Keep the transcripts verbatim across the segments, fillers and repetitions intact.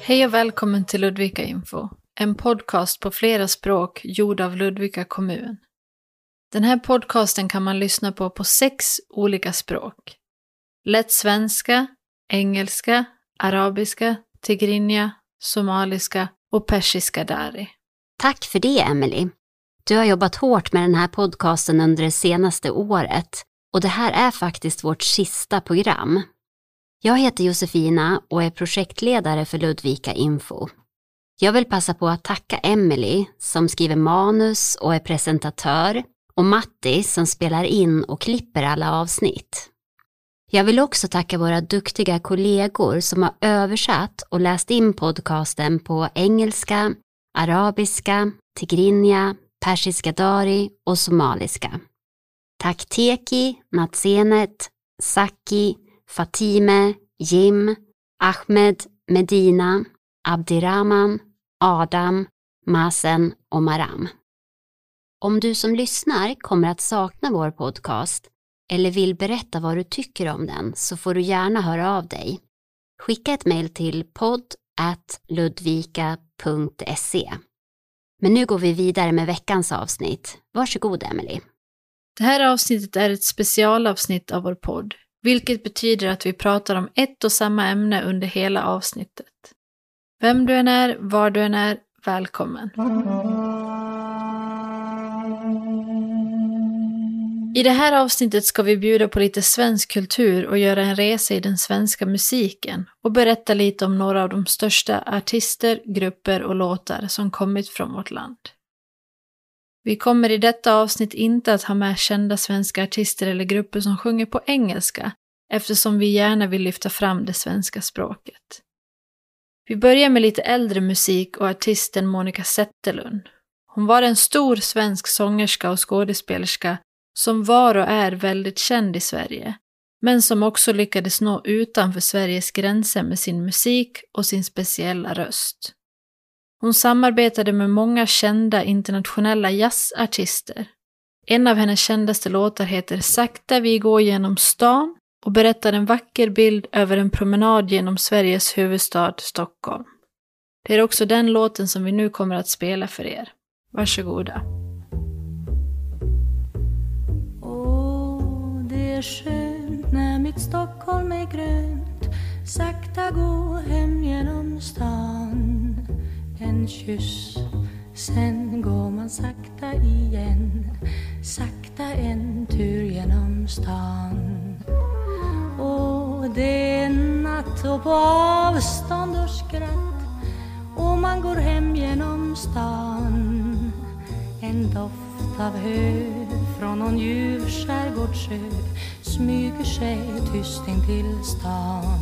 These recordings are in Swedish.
Hej och välkommen till Ludvika Info, en podcast på flera språk gjord av Ludvika kommun. Den här podcasten kan man lyssna på på sex olika språk. Lätt svenska, engelska, arabiska, tigrinja, somaliska och persiska dari. Tack för det, Emily. Du har jobbat hårt med den här podcasten under det senaste året och det här är faktiskt vårt sista program. Jag heter Josefina och är projektledare för Ludvika Info. Jag vill passa på att tacka Emily som skriver manus och är presentatör och Matti som spelar in och klipper alla avsnitt. Jag vill också tacka våra duktiga kollegor som har översatt och läst in podcasten på engelska, arabiska, tigrinja, persiska dari och somaliska. Tack Teki, Natsenet, Saki, Fatime, Jim, Ahmed, Medina, Abdirahman, Adam, Masen och Maram. Om du som lyssnar kommer att sakna vår podcast eller vill berätta vad du tycker om den så får du gärna höra av dig. Skicka ett mejl till podd at ludvika punkt se. Men nu går vi vidare med veckans avsnitt. Varsågod Emily. Det här avsnittet är ett specialavsnitt av vår podd, vilket betyder att vi pratar om ett och samma ämne under hela avsnittet. Vem du än är, var du än är, välkommen. I det här avsnittet ska vi bjuda på lite svensk kultur och göra en resa i den svenska musiken och berätta lite om några av de största artister, grupper och låtar som kommit från vårt land. Vi kommer i detta avsnitt inte att ha med kända svenska artister eller grupper som sjunger på engelska, eftersom vi gärna vill lyfta fram det svenska språket. Vi börjar med lite äldre musik och artisten Monica Zetterlund. Hon var en stor svensk sångerska och skådespelerska som var och är väldigt känd i Sverige, men som också lyckades nå utanför Sveriges gränser med sin musik och sin speciella röst. Hon samarbetade med många kända internationella jazzartister. En av hennes kändaste låtar heter Sakta vi går genom stan och berättar en vacker bild över en promenad genom Sveriges huvudstad Stockholm. Det är också den låten som vi nu kommer att spela för er. Varsågoda. Åh, det är skönt när mitt Stockholm är grönt. Sakta gå hem genom stan. En kyss, sen går man sakta igen. Sakta en tur genom stan. Och det är natt och på avstånd och skratt. Och man går hem genom stan. En doft av hö från någon ljuv skärgårdsö smyger sig tyst in till stan.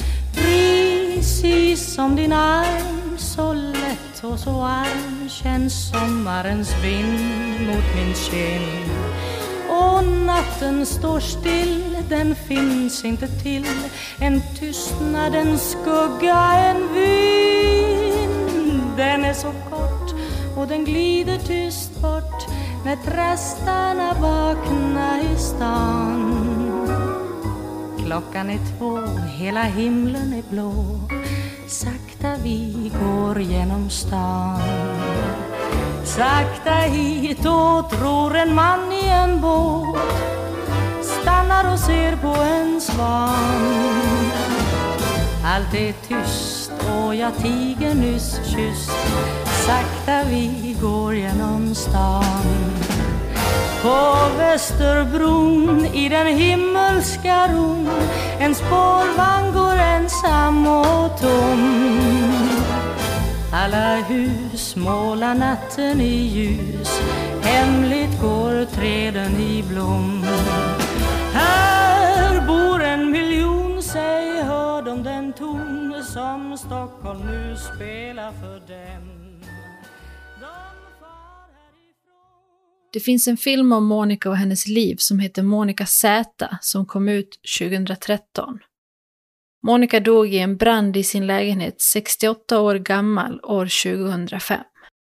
Precis som din arm, så lätt och så varm känns sommarens vind mot min kind. Och natten står still, den finns inte till. En tystnad, en skugga, en vind. Den är så kort och den glider tyst bort när trastarna vaknar i stan. Klockan är två, hela himlen är blå. Sakta vi går genom stan. Sakta hit och tror en man i en båt stannar och ser på en svan. Allt är tyst och jag tiger nyss kysst. Sakta vi går genom stan. På Västerbron i den himmelska ron en spårvagn går ensam och tom. Alla hus målar natten i ljus. Hemligt går träden i blom. Här bor en miljon, säg hör de den ton som Stockholm nu spelar för dem. Det finns en film om Monica och hennes liv som heter Monica Z som kom ut tjugohundratretton. Monica dog i en brand i sin lägenhet sextioåtta år gammal år tjugohundrafem.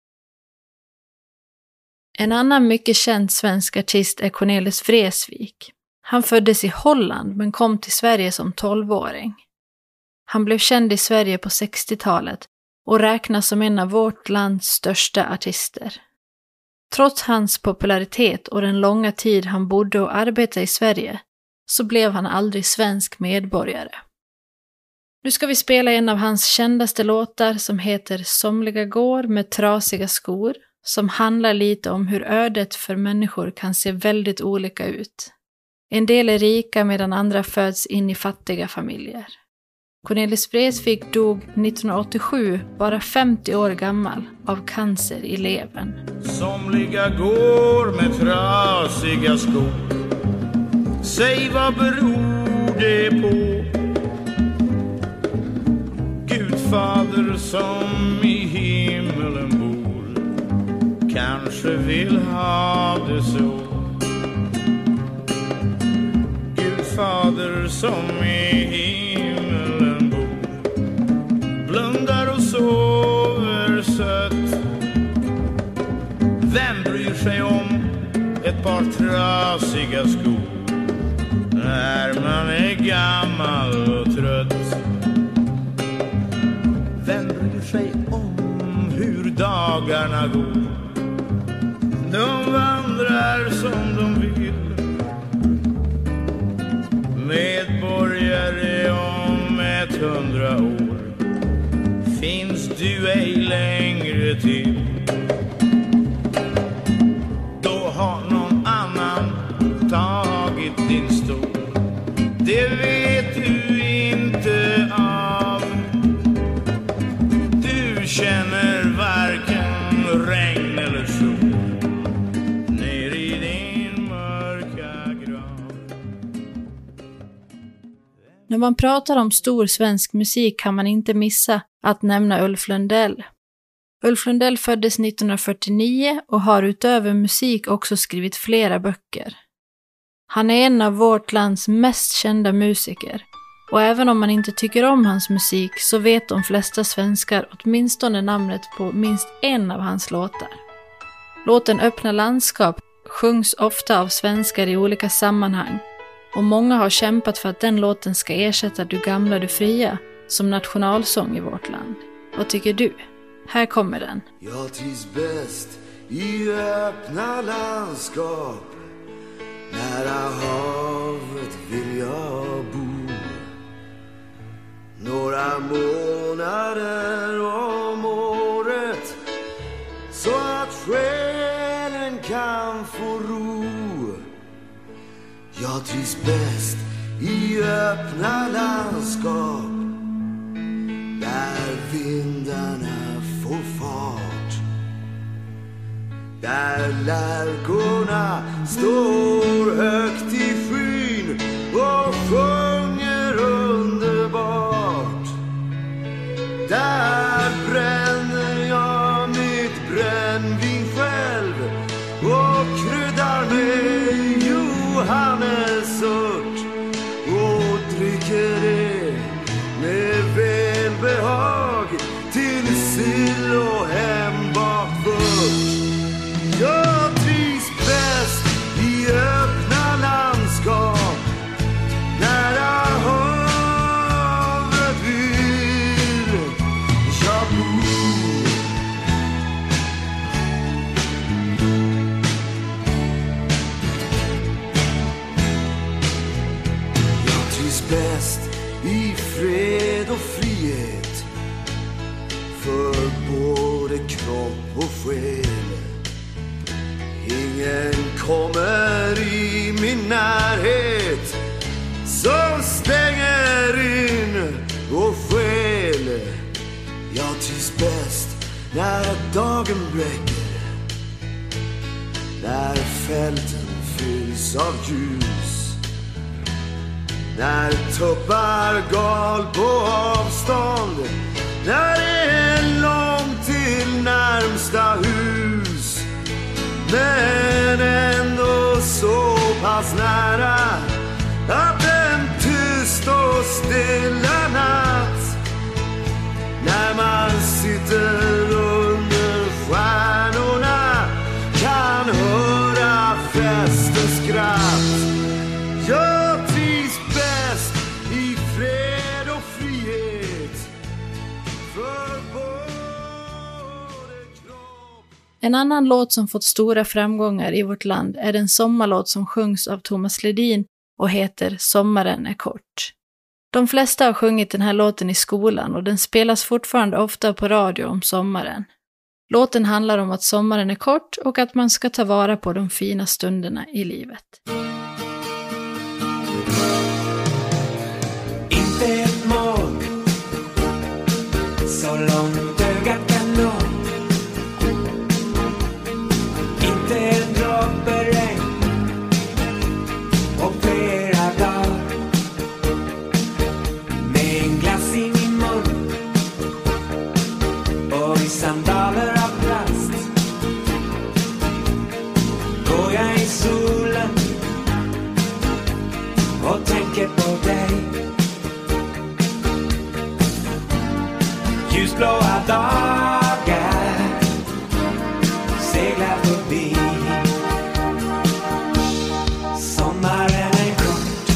En annan mycket känd svensk artist är Cornelis Vreeswijk. Han föddes i Holland men kom till Sverige som tolvåring. Han blev känd i Sverige på sextiotalet och räknas som en av vårt lands största artister. Trots hans popularitet och den långa tid han bodde och arbetade i Sverige så blev han aldrig svensk medborgare. Nu ska vi spela en av hans kändaste låtar som heter Somliga går med trasiga skor, som handlar lite om hur ödet för människor kan se väldigt olika ut. En del är rika medan andra föds in i fattiga familjer. Cornelis Vreeswijk dog nittonhundraåttiosju, bara femtio år gammal, av cancer i levern. Somliga går med trasiga skor. Säg vad beror det på? Gudfader som i himmelen bor kanske vill ha det så. Gudfader som i himmelen bor blundar och sover sött. Vem bryr sig om ett par trasiga skor när man är gammal och trött? Vem bryr sig om hur dagarna går? De vandrar som de vill. Medborgare om ett hundra år finns du ej längre till. Då har någon annan tagit din stol. Det vet du inte av. Du känner varken regn eller sol ner i din mörka grav. När man pratar om stor svensk musik kan man inte missa att nämna Ulf Lundell. Ulf Lundell föddes nittonhundrafyrtionio och har utöver musik också skrivit flera böcker. Han är en av vårt lands mest kända musiker, och även om man inte tycker om hans musik så vet de flesta svenskar åtminstone namnet på minst en av hans låtar. Låten Öppna landskap sjungs ofta av svenskar i olika sammanhang, och många har kämpat för att den låten ska ersätta Du gamla, du fria som nationalsång i vårt land. Vad tycker du? Här kommer den. Jag trivs bäst i öppna landskap. Nära havet vill jag bo. Några månader om året, så att själen kan få ro. Jag trivs bäst i öppna landskap, där vindarna får fart, där lärkorna står högt i skyn och sjunger underbart. Där bränner jag mitt brännvin själv och kryddar med johannesört och dricker det med välbehag till sill och hembakt vört. Jag trivs bäst i öppna landskap, nära havet vill jag bo. Jag trivs bäst i fred och frihet, för både kropp och själ. Ingen kommer i min närhet som stänger in och skäl. Jag trivs bäst när dagen bräcker, när fälten fylls av ljus, när tuppar gal på avstånd, när det är långt till närmsta hus. Men ändå så pass nära att en tyst och stilla natt, när man sitter under stjärnorna, kan höra festens skratt. Jag trivs bäst i fred och frihet. En annan låt som fått stora framgångar i vårt land är den sommarlåt som sjungs av Thomas Ledin och heter Sommaren är kort. De flesta har sjungit den här låten i skolan och den spelas fortfarande ofta på radio om sommaren. Låten handlar om att sommaren är kort och att man ska ta vara på de fina stunderna i livet. Inte ett mål så långt ögat kan nå. Inte en droppe regn och flera dagar med en glass i min mun och i sandaler av plast går jag i solen och tänker på dig. Ljusblåa dagar seglar förbi. Sommaren är kort,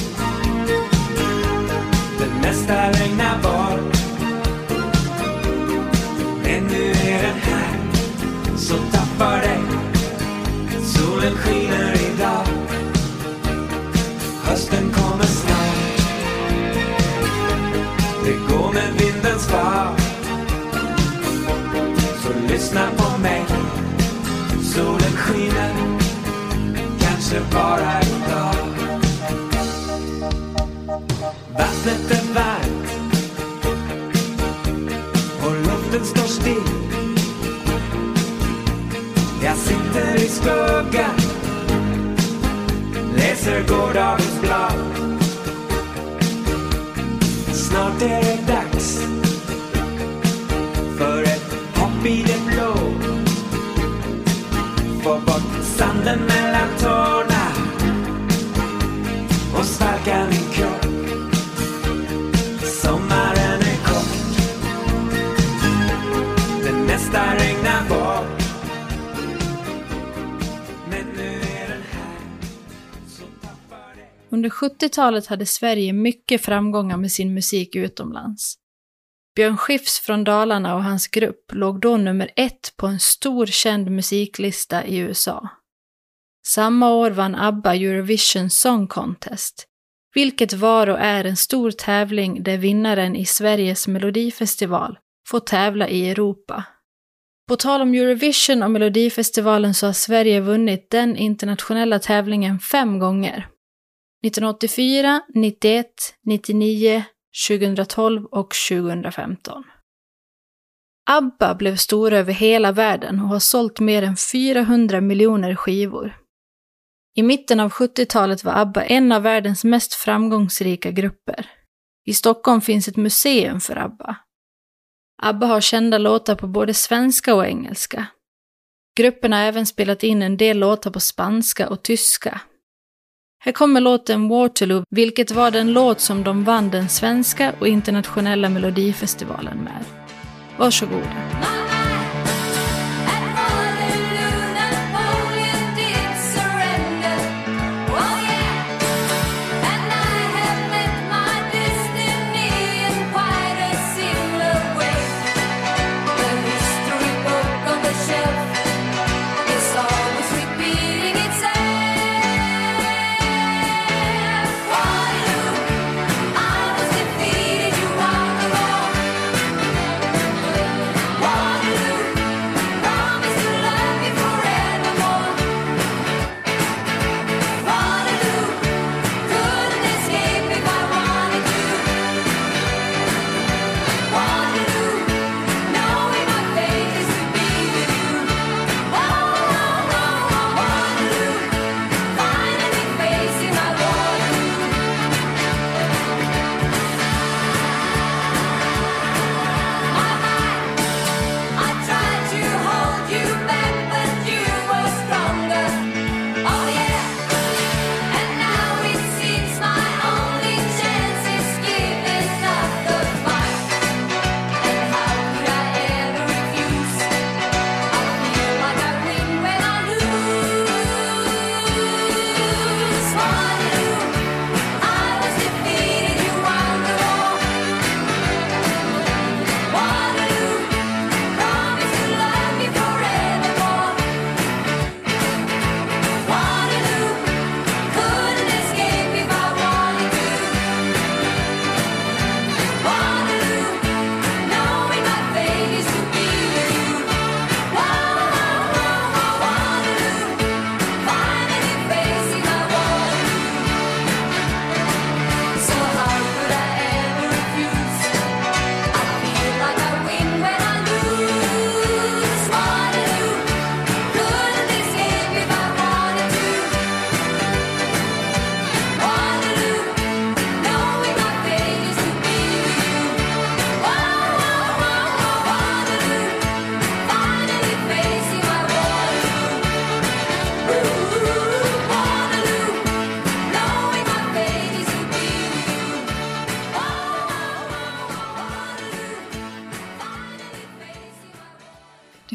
det mesta regnar bort. Men nu är den här, så tappar dig. Solen skiner idag, hösten kommer snart. Det går med vindens fart. Lyssna på mig, solen skiner, kanske bara idag. Vattnet är varmt och luften står still. Jag sitter i skuggan, läser gårdagens blad. Snart är det dags för ett i det blå. Få bort sanden mellan tårna och svalka min kropp. Sommaren är kort, det mesta regnar bort. Men nu är den här, så tappar det. Under sjuttiotalet hade Sverige mycket framgångar med sin musik utomlands. Björn Skifs från Dalarna och hans grupp låg då nummer ett på en stor känd musiklista i U S A. Samma år vann ABBA Eurovision Song Contest, vilket var och är en stor tävling där vinnaren i Sveriges Melodifestival får tävla i Europa. På tal om Eurovision och Melodifestivalen så har Sverige vunnit den internationella tävlingen fem gånger. nittonhundraåttiofyra, nittioett, nittionio, tjugotolv och tjugofemton. ABBA blev stora över hela världen och har sålt mer än fyrahundra miljoner skivor. I mitten av sjuttiotalet var ABBA en av världens mest framgångsrika grupper. I Stockholm finns ett museum för ABBA. ABBA har kända låtar på både svenska och engelska. Gruppen har även spelat in en del låtar på spanska och tyska. Här kommer låten Waterloo, vilket var den låt som de vann den svenska och internationella melodifestivalen med. Varsågoda. Wow.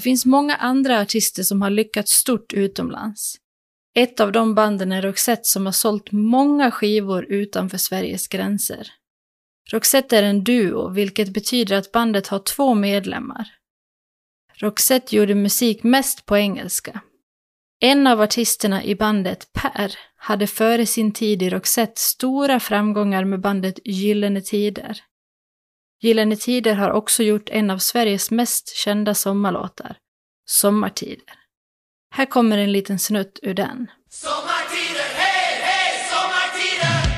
finns många andra artister som har lyckats stort utomlands. Ett av de banden är Roxette som har sålt många skivor utanför Sveriges gränser. Roxette är en duo, vilket betyder att bandet har två medlemmar. Roxette gjorde musik mest på engelska. En av artisterna i bandet, Per, hade före sin tid i Roxette stora framgångar med bandet Gyllene Tider. Gyllene Tider har också gjort en av Sveriges mest kända sommarlåtar, Sommartider. Här kommer en liten snutt ur den. Sommartider, hej, hej, sommartider!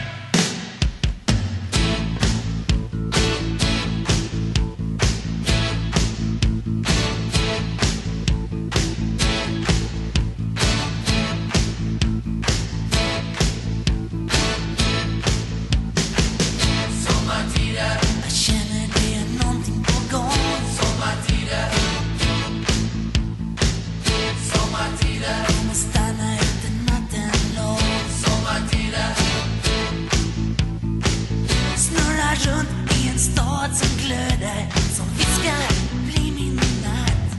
Sommartider, jag känner det är någonting på gång. Sommartider, sommartider, jag måste stanna ute natten lång. Sommartider, snurrar runt i en stad som glöder, som viskar bli min natt.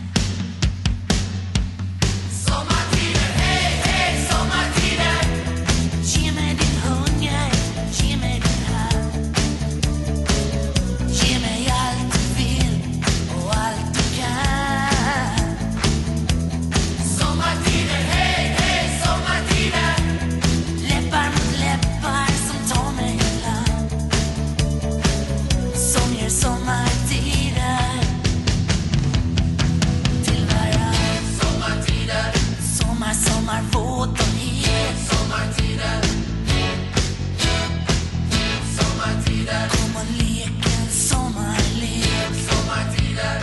Sommartider, hej, hej, sommartider. Ge mig din hunger, ge mig din hand. Ge mig allt du vill och allt du kan. Sommartider, hej, hej, sommartider. Läppar mot läppar som tar mig i land. Som ger sommartider till varann. Sommartider, sommar, sommar, våt och het. Sommartider, sommartider. Kom och lek en sommarlek. Sommartider,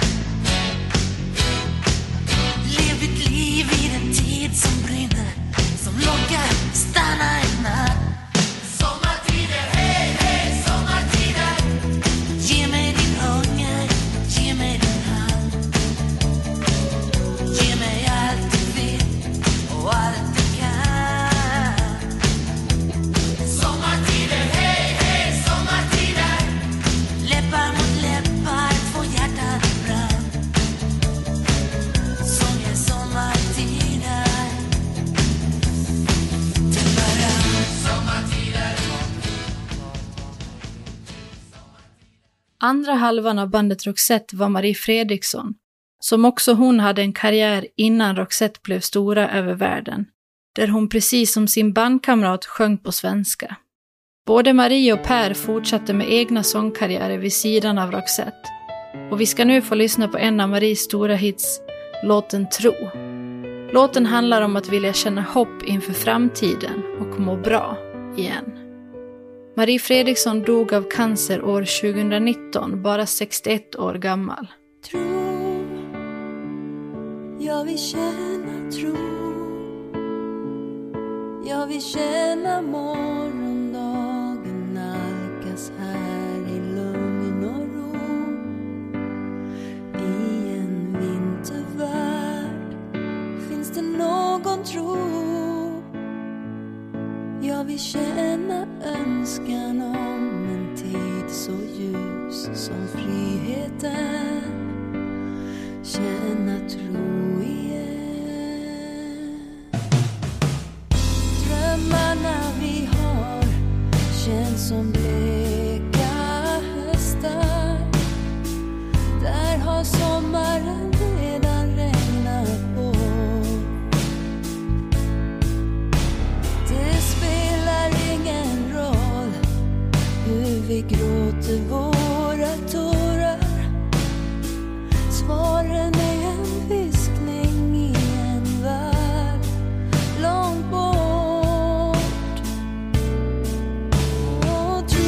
lev ditt liv i den tid som brinner, som lockar, stanna en natt. Sommartider, hej, hej, sommartider. Ge mig din hunger, ge mig din hand. Ge mig allt du vill och allt du kan. Sommartider, hej, hej, sommartider. Läppar mot läppar, två hjärtan brann. Som ger sommartider till varann. Sommartider. Andra halvan av bandet Roxette var Marie Fredriksson, som också hon hade en karriär innan Roxette blev stora över världen, där hon precis som sin bandkamrat sjöng på svenska. Både Marie och Per fortsatte med egna sångkarriärer vid sidan av Roxette. Och vi ska nu få lyssna på en av Maries stora hits, låten Tro. Låten handlar om att vilja känna hopp inför framtiden och må bra igen. Marie Fredriksson dog av cancer år tjugonitton, bara sextioett år gammal. Tro, jag vill känna tro. Jag vill känna morgondagen nalkas här i lugn och ro. I en vintervärld finns det någon tro. Jag vill känna önskan om en tid så ljus som friheten. Känna tro igen. Drömmarna vi har känns som bleka höstar. Där har sommaren redan regnat på. Det spelar ingen roll hur vi gråter våra tårar. Svaren är en viskning i en värld långt bort. Och tro,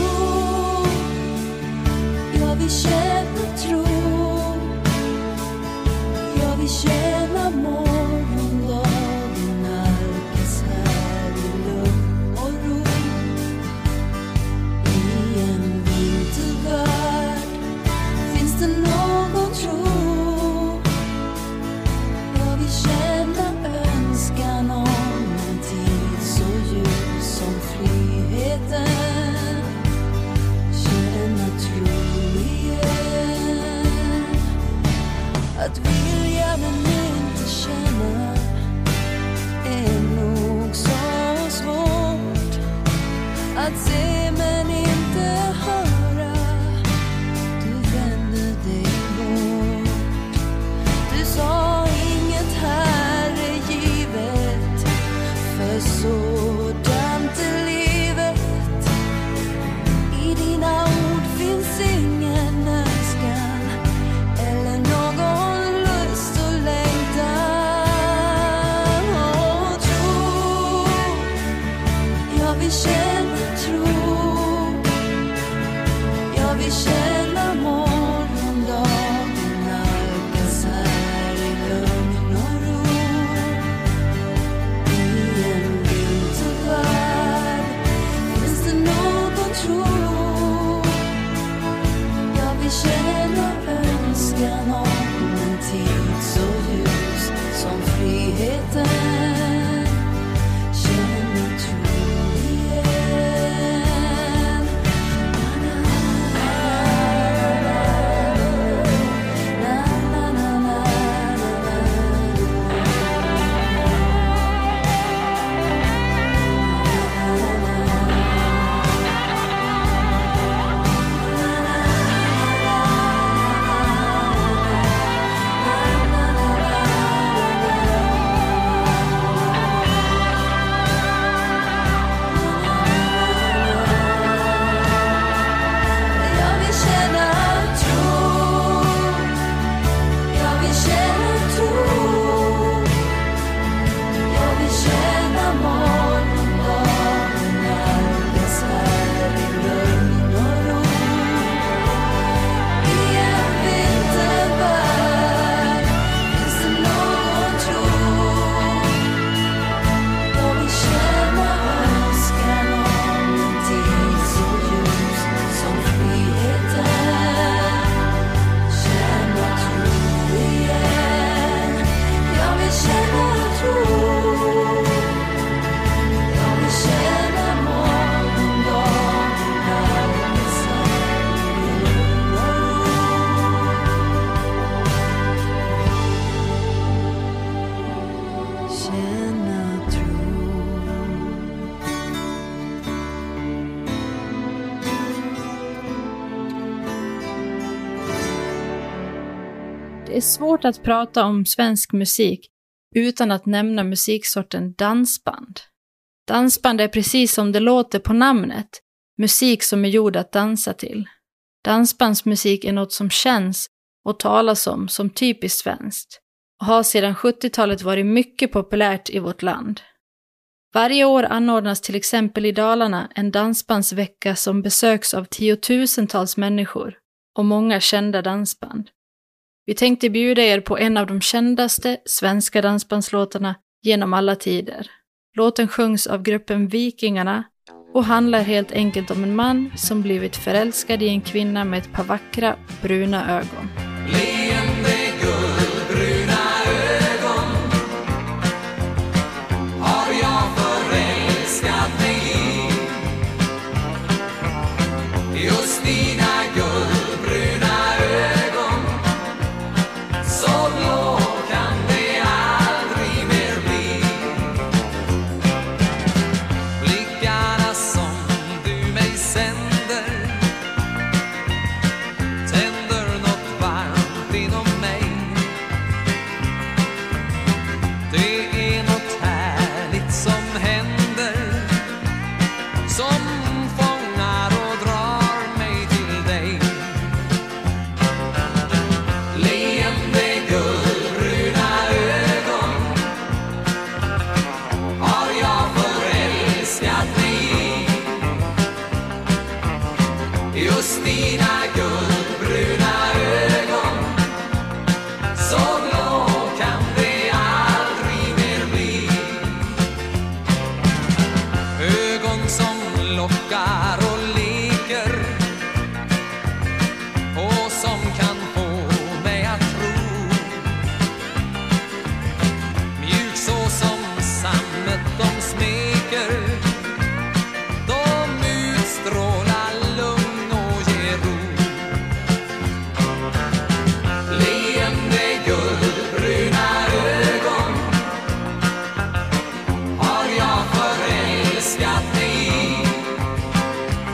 sådant är livet. I dina ord finns ingen önskan eller någon lust och längtan. Och tro, jag vill känna tro. Jag vill känna morgondagen nalkas här i lugn och ro. I en vintervärld finns det någon tro. Jag vill känna önskan om en tid så ljus som friheten. Känna tro igen. Jag vill känna tro. Jag vill känna tro. Jag vill känna morgondagen nalkas här i lugn och ro. I en vintervärld finns det någon tro. Jag vill känna önskan om en tid så ljus som friheten. Känna tro igen. Jag vill känna tro. Jag vill känna morgondagen nalkas här i lugn och ro. Känna tro. Det är svårt att prata om svensk musik utan att nämna musiksorten dansband. Dansband är precis som det låter på namnet, musik som är gjord att dansa till. Dansbandsmusik är något som känns och talas om som typiskt svenskt och har sedan sjuttiotalet varit mycket populärt i vårt land. Varje år anordnas till exempel i Dalarna en dansbandsvecka som besöks av tiotusentals människor och många kända dansband. Vi tänkte bjuda er på en av de kändaste svenska dansbandslåtarna genom alla tider. Låten sjungs av gruppen Vikingarna och handlar helt enkelt om en man som blivit förälskad i en kvinna med ett par vackra bruna ögon. Leende guldbruna ögon har jag förälskat mig i. Just dina guldbruna ögon, så blå kan det aldrig mer bli. Blickarna som du mig sänder tänder något varmt inom mig. Det är något härligt som händer, som fångar och drar mig till dig. Leende guldbruna ögon har jag förälskat mig i. Just dina guldbruna ögon, så blå kan det aldrig mer bli. Ögon som lockar och leker och som kan få mig att tro. Mjuk så som sammet de smeker, de utstrålar lugn och ger ro. Leende guldbruna ögon har jag förälskat mig i.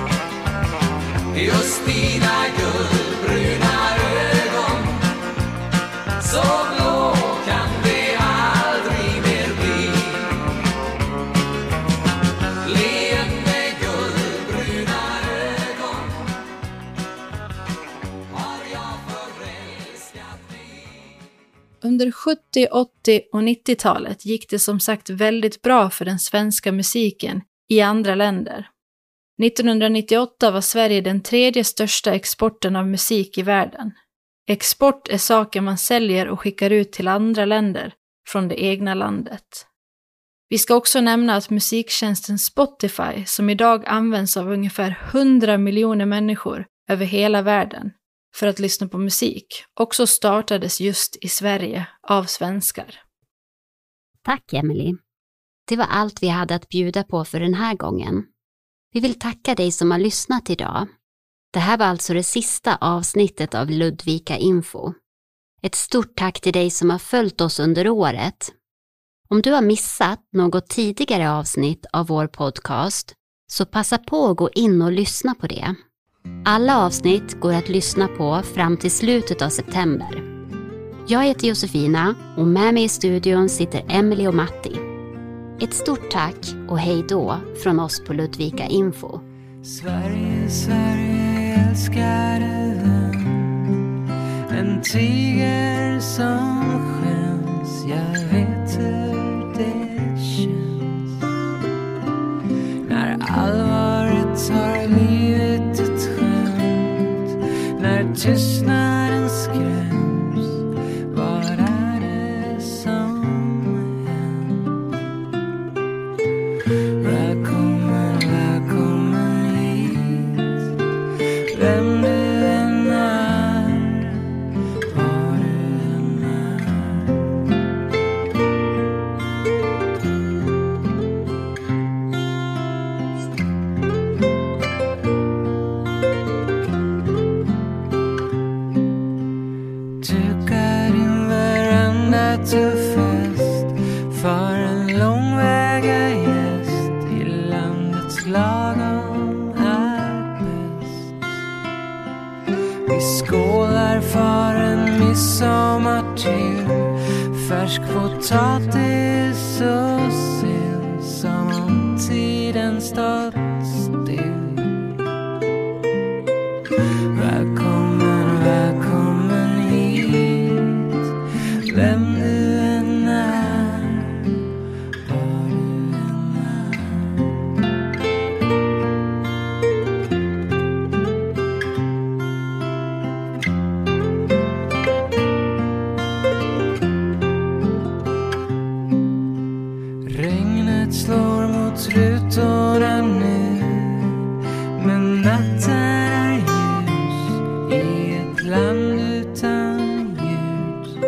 Under sjuttio-, åttio- och nittiotalet gick det som sagt väldigt bra för den svenska musiken i andra länder. nittonhundranittioåtta var Sverige den tredje största exporten av musik i världen. Export är saker man säljer och skickar ut till andra länder från det egna landet. Vi ska också nämna att musiktjänsten Spotify, som idag används av ungefär hundra miljoner människor över hela världen för att lyssna på musik, också startades just i Sverige av svenskar. Tack Emily. Det var allt vi hade att bjuda på för den här gången. Vi vill tacka dig som har lyssnat idag. Det här var alltså det sista avsnittet av Ludvika Info. Ett stort tack till dig som har följt oss under året. Om du har missat något tidigare avsnitt av vår podcast så passa på att gå in och lyssna på det. Alla avsnitt går att lyssna på fram till slutet av september. Jag heter Josefina och med mig i studion sitter Emily och Matti. Ett stort tack och hej då från oss på Ludvika Info. Sverige, Sverige älskar den. En tiger som skäms. Jag vet hur det känns. När allvaret tar livet ett skämt. När tystnaden skräms. Vad är det som hänt? Välkommen, välkommen hit. Vem du än är, var du än är. Dukar din veranda till fest för en långväga gäst. I landets lagom är bäst. Vi skålar för en midsommar till. Färsk potatis och sill. Som om tiden stått still. Välkommen, välkommen hit. Vem du än är, var du än är. Regnet slår mot rutorna nu. Men natten är ljus i ett land utan ljus.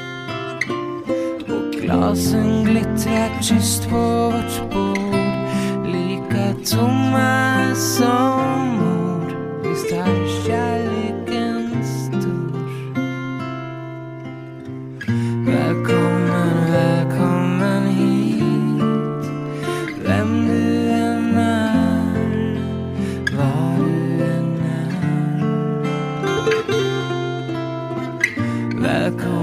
Och glasen glittrar tyst på vårt bord. Lika tomma som ord. Visst är kärleken stor. Välkommen, välkommen hit. Vem du än är, var du än är. Välkommen.